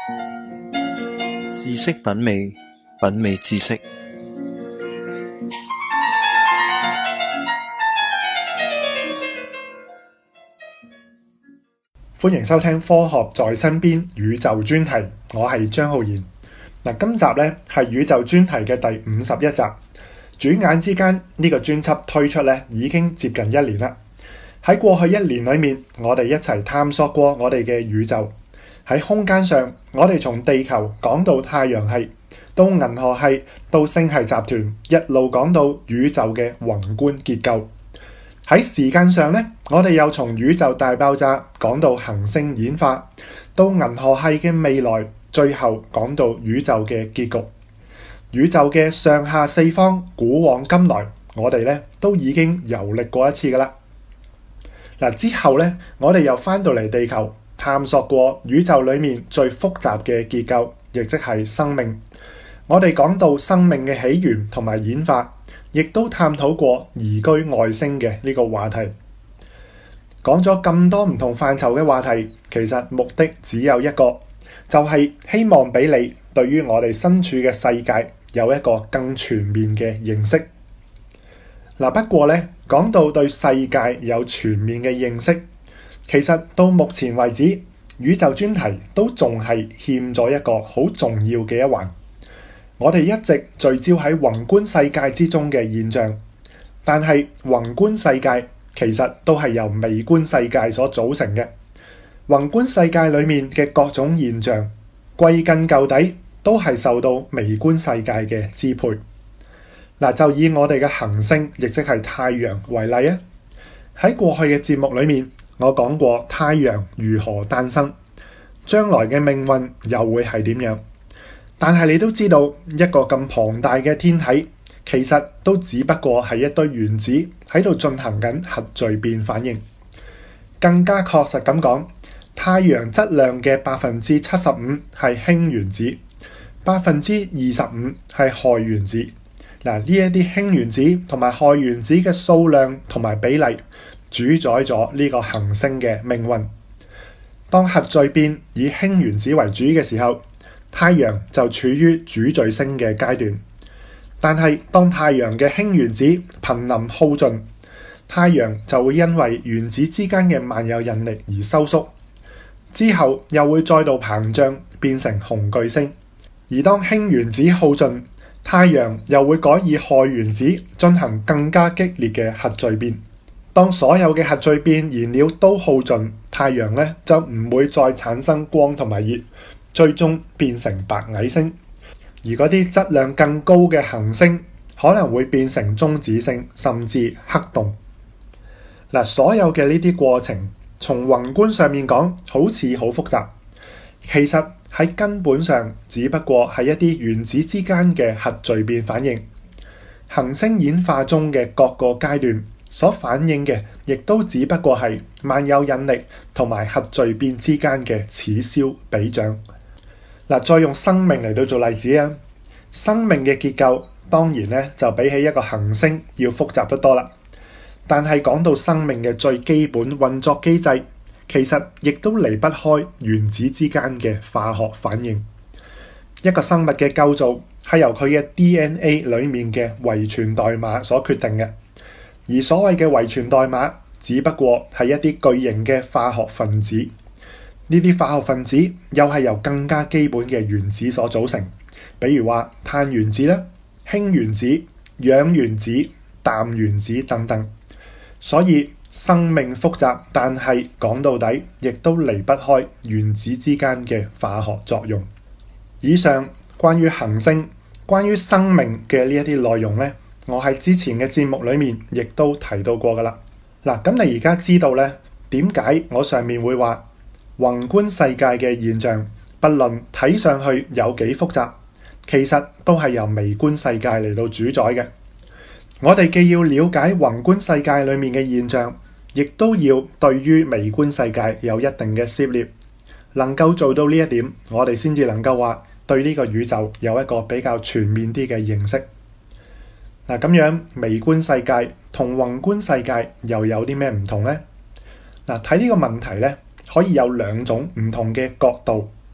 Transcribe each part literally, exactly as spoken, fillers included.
知識品味，品味知識。 歡迎收聽科學在身邊宇宙專題，我係張浩然。嗱，今集咧係宇宙專題嘅第五十一集。轉眼之間，呢個專輯推出咧已經接近一年啦。喺過去一年裏面，我哋一齊探索過我哋嘅宇宙。喺空間上，我哋從地球講到太陽系，到銀河系，到星系集團，一路講到宇宙嘅宏觀結構。喺時間上咧，我哋又從宇宙大爆炸講到恆星演化，到銀河系嘅未來，最後講到宇宙嘅結局。宇宙嘅上下四方，古往今來，我哋咧都已經遊歷過一次噶啦。嗱，之後咧，我哋又翻到嚟地球，探索過宇宙裡面最複雜嘅結構，亦即係生命。我哋講到生命嘅起源同埋演化，亦都探討過移居外星嘅呢個話題。講咗咁多唔同範疇嘅話題，其實目的只有一個，就係希望俾你對於我哋身處嘅世界有一個更全面嘅認識。嗱，不過咧，講到對世界有全面嘅認識，其實到目前為止，宇宙專題都仲係欠咗一個好重要嘅一環。我哋一直聚焦喺宏觀世界之中嘅現象，但係宏觀世界其實都係由微觀世界所組成嘅。宏觀世界裡面嘅各種現象，歸根究底都係受到微觀世界嘅支配。嗱，就以我哋嘅行星，亦即係太陽為例啊。喺過去嘅節目裡面，我講過太陽如何誕生，將來嘅命運又會係點樣。但係你都知道，一個咁龐大嘅天體，其實都只不過係一堆原子喺度進行緊核聚變反應。更加確實咁講，太陽質量嘅百分之七十五係氫原子，百分之二十五係氦原子。嗱，呢一啲氫原子同埋氦原子嘅數量同埋比例，主宰咗呢個行星嘅命運。當核聚變以氫原子為主嘅時候，太陽就處於主序星嘅階段。但係當太陽嘅氫原子瀕臨耗盡，太陽就會因為原子之間嘅萬有引力而收縮，之後又會再度膨脹變成紅巨星。而當氫原子耗盡，太陽又會改以氦原子進行更加激烈嘅核聚變。當所有嘅核聚變燃料都耗盡，太陽咧就唔會再產生光同埋熱，最終變成白矮星。而嗰啲質量更高嘅行星可能會變成中子星，甚至黑洞。嗱，所有嘅呢啲過程，從宏觀上面講好似好複雜，其實喺根本上只不過係一啲原子之間嘅核聚變反應。行星演化中嘅各個階段所反映嘅，亦都只不過係萬有引力同埋核聚變之間嘅此消彼長。嗱，再用生命嚟到做例子啊，生命嘅結構當然咧就比起一個行星要複雜得多啦。但係講到生命嘅最基本運作機制，其實亦都離不開原子之間嘅化學反應。一個生物嘅構造係由佢嘅 D N A 裡面嘅遺傳代碼所決定嘅，而所謂嘅遺傳代碼只不過係一啲巨型嘅化學分子。呢啲化學分子又係由更加基本嘅原子所組成，比如話碳原子啦、氫原子、氧原子、氮原子等等。所以生命複雜，但係講到底，亦都離不開原子之間嘅化學作用。以上關於行星、關於生命嘅呢一啲內容呢，我喺之前嘅節目裡面亦都提到過噶啦。嗱，咁你而家知道呢，點解我上面會話宏觀世界嘅現象，不論睇上去有幾複雜，其實都係由微觀世界嚟到主宰嘅。我哋既要了解宏觀世界裡面嘅現象，亦都要對於微觀世界有一定嘅涉獵。能夠做到呢一點，我哋先至能夠話對呢個宇宙有一個比較全面啲嘅認識。嗱，咁樣微觀世界同宏觀世界又有啲咩唔同呢？嗱，睇呢個問題咧，可以有兩種唔同嘅角度。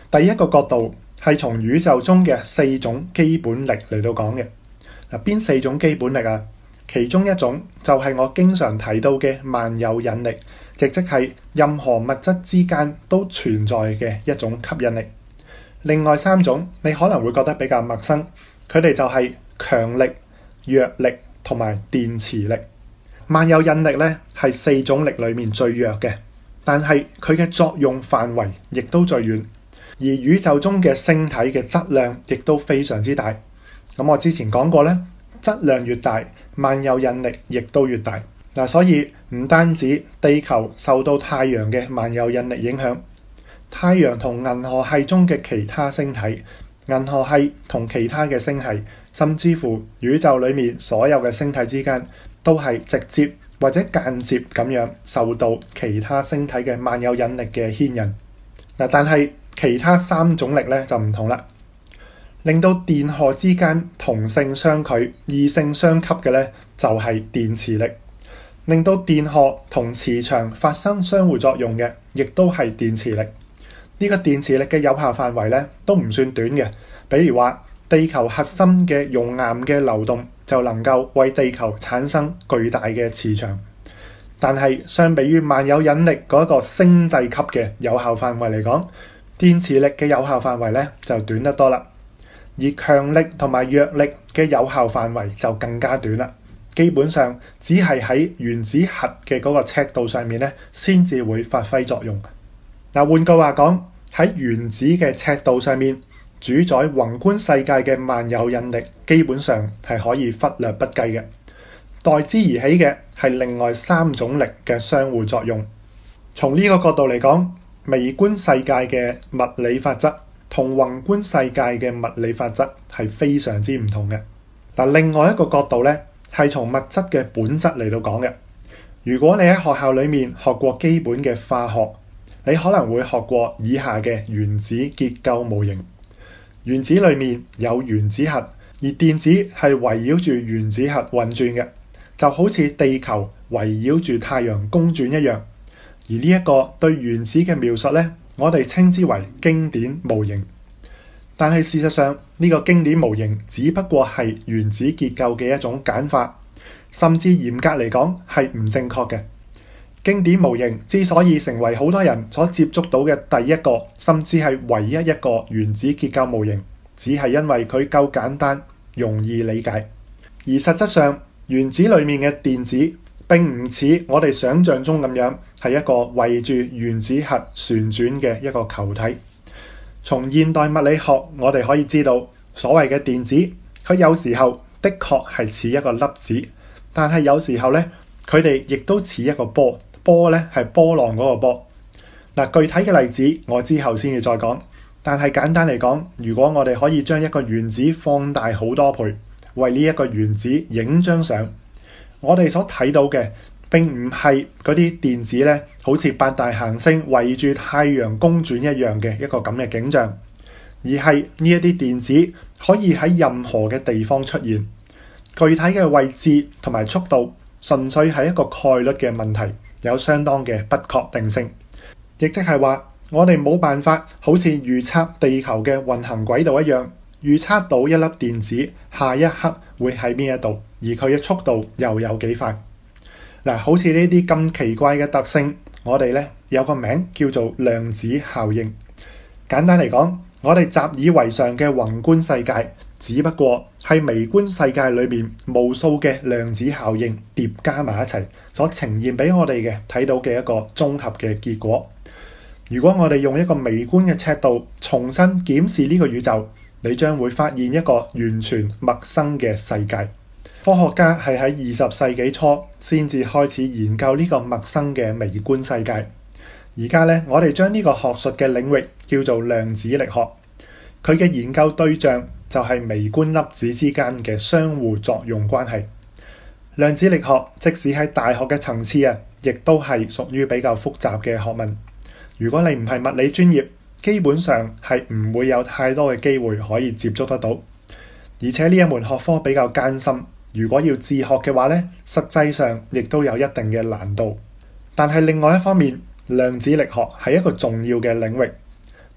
第一個角度係從宇宙中嘅四種基本力嚟到講嘅。嗱，邊四種基本力啊？其中一種就係我經常提到嘅萬有引力，亦即係任何物質之間都存在嘅一種吸引力。另外三種你可能會覺得比較陌生，佢哋就係強力、弱力同埋電磁力。萬有引力咧係四種力裡面最弱嘅，但係佢嘅作用範圍亦都最遠。而宇宙中嘅星體嘅質量亦都非常之大。咁我之前講過咧，質量越大，萬有引力亦都越大。嗱，所以唔單止地球受到太陽嘅萬有引力影響，太陽同銀河系中嘅其他星體、銀河系同其他嘅星系，甚至乎宇宙裡面所有嘅星體之間，都係直接或者間接咁樣受到其他星體嘅萬有引力嘅牽引。嗱，但係其他三種力咧就唔同啦，令到電荷之間同性相拒、異性相吸嘅咧就係電磁力，令到電荷同磁場發生相互作用嘅，亦都係電磁力。呢個電磁力嘅有效範圍咧都唔算短嘅，比如話地球核心嘅熔岩嘅流動就能夠為地球產生巨大嘅磁場。但係相比於萬有引力嗰一個星際級嘅有效範圍嚟講，電磁力嘅有效範圍咧就短得多啦。而強力同埋弱力嘅有效範圍就更加短啦，基本上只係喺原子核嘅嗰個尺度上面咧先至會發揮作用。嗱，換句話講，喺原子嘅尺度上面，主宰宏觀世界嘅萬有引力基本上係可以忽略不計嘅。代之而起嘅係另外三種力嘅相互作用。從呢個角度嚟講，微觀世界嘅物理法則同宏觀世界嘅物理法則係非常之唔同嘅。嗱，另外一個角度咧係從物質嘅本質嚟到講嘅。如果你喺學校裡面學過基本嘅化學，你可能會學過以下嘅原子結構模型。原子裡面有原子核，而電子係圍繞住原子核運轉嘅，就好似地球圍繞住太陽公轉一樣。而呢一個對原子嘅描述咧，我哋稱之為經典模型。但係事實上，呢個經典模型只不過係原子結構嘅一種簡化，甚至嚴格嚟講係唔正確嘅。經典模型之所以成為好多人所接觸到嘅第一個，甚至係唯一一個原子結構模型，只係因為佢夠簡單，容易理解。而實質上，原子裡面嘅電子並唔似我哋想象中咁樣係一個圍住原子核旋轉嘅一個球體。從現代物理學，我哋可以知道，所謂嘅電子，佢有時候的確係似一個粒子，但係有時候咧，佢哋亦都似一個波。波咧係波浪嗰個波。嗱，具體嘅例子我之後先至再講。但係簡單嚟講，如果我哋可以將一個原子放大好多倍，為呢一個原子影張相，我哋所睇到嘅並唔係嗰啲電子咧，好似八大行星圍住太陽公轉一樣嘅一個咁嘅景象，而係呢一啲電子可以喺任何嘅地方出現。具體嘅位置同埋速度純粹係一個概率嘅問題，有相當嘅不確定性。亦即係話，我哋冇辦法好似預測地球嘅運行軌道一樣，預測到一粒電子下一刻會喺邊一度，而佢嘅速度又有幾快。嗱，好似呢啲咁奇怪嘅特性，我哋咧有個名叫做量子效應。簡單嚟講，我哋習以為常嘅宏觀世界，只不過係微觀世界裏面無數嘅量子效應疊加埋一齊，所呈現俾我哋嘅睇到嘅一個綜合嘅結果。如果我哋用一個微觀嘅尺度重新檢視呢個宇宙，你將會發現一個完全陌生嘅世界。科學家係喺二十世紀初先至開始研究呢個陌生嘅微觀世界。而家咧，我哋將呢個學術嘅領域叫做量子力學。佢嘅研究對象就係微觀粒子之間嘅相互作用關係。量子力學即使喺大學嘅層次啊，亦都係屬於比較複雜嘅學問。如果你唔係物理專業，基本上係唔會有太多嘅機會可以接觸得到。而且呢一門學科比較艱深，如果要自學嘅話咧，實際上亦都有一定嘅難度。但係另外一方面，量子力學係一個重要嘅領域。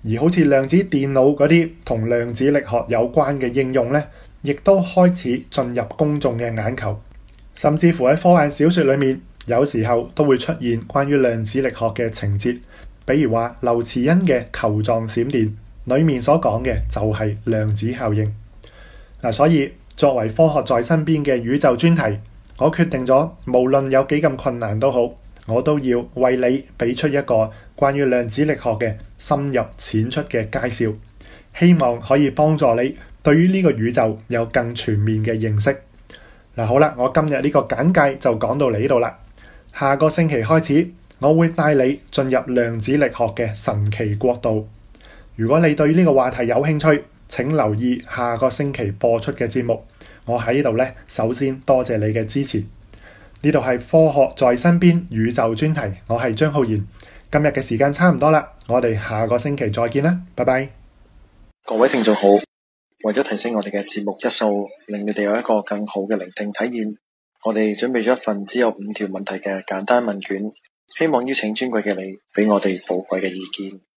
而好似量子電腦嗰啲同量子力學有關嘅應用咧，亦都開始進入公眾嘅眼球。甚至乎喺科幻小說裏面，有時候都會出現關於量子力學嘅情節，比如話劉慈欣嘅球狀閃電裏面所講嘅就係量子效應。嗱，所以作為科學在身邊嘅宇宙專題，我決定咗無論有幾咁困難都好，我都要為你俾出一個關於量子力學嘅深入淺出嘅介紹，希望可以幫助你對於呢個宇宙有更全面嘅認識。嗱，好啦，我今日呢個簡介就講到嚟呢度啦。下個星期開始，我會帶你進入量子力學嘅神奇國度。如果你對呢個話題有興趣，請留意下個星期播出嘅節目。我喺呢度咧，首先多謝你嘅支持。呢度係科學在身邊宇宙專題，我係張浩然。今日嘅時間差唔多啦，我哋下個星期再見啦，拜拜。 各位聽眾好，為咗提升我哋嘅節目質素，令你哋有一個更好嘅聆聽體驗，我哋準備咗一份只有五條問題嘅簡單問卷，希望邀請尊貴嘅你俾我哋寶貴嘅意見。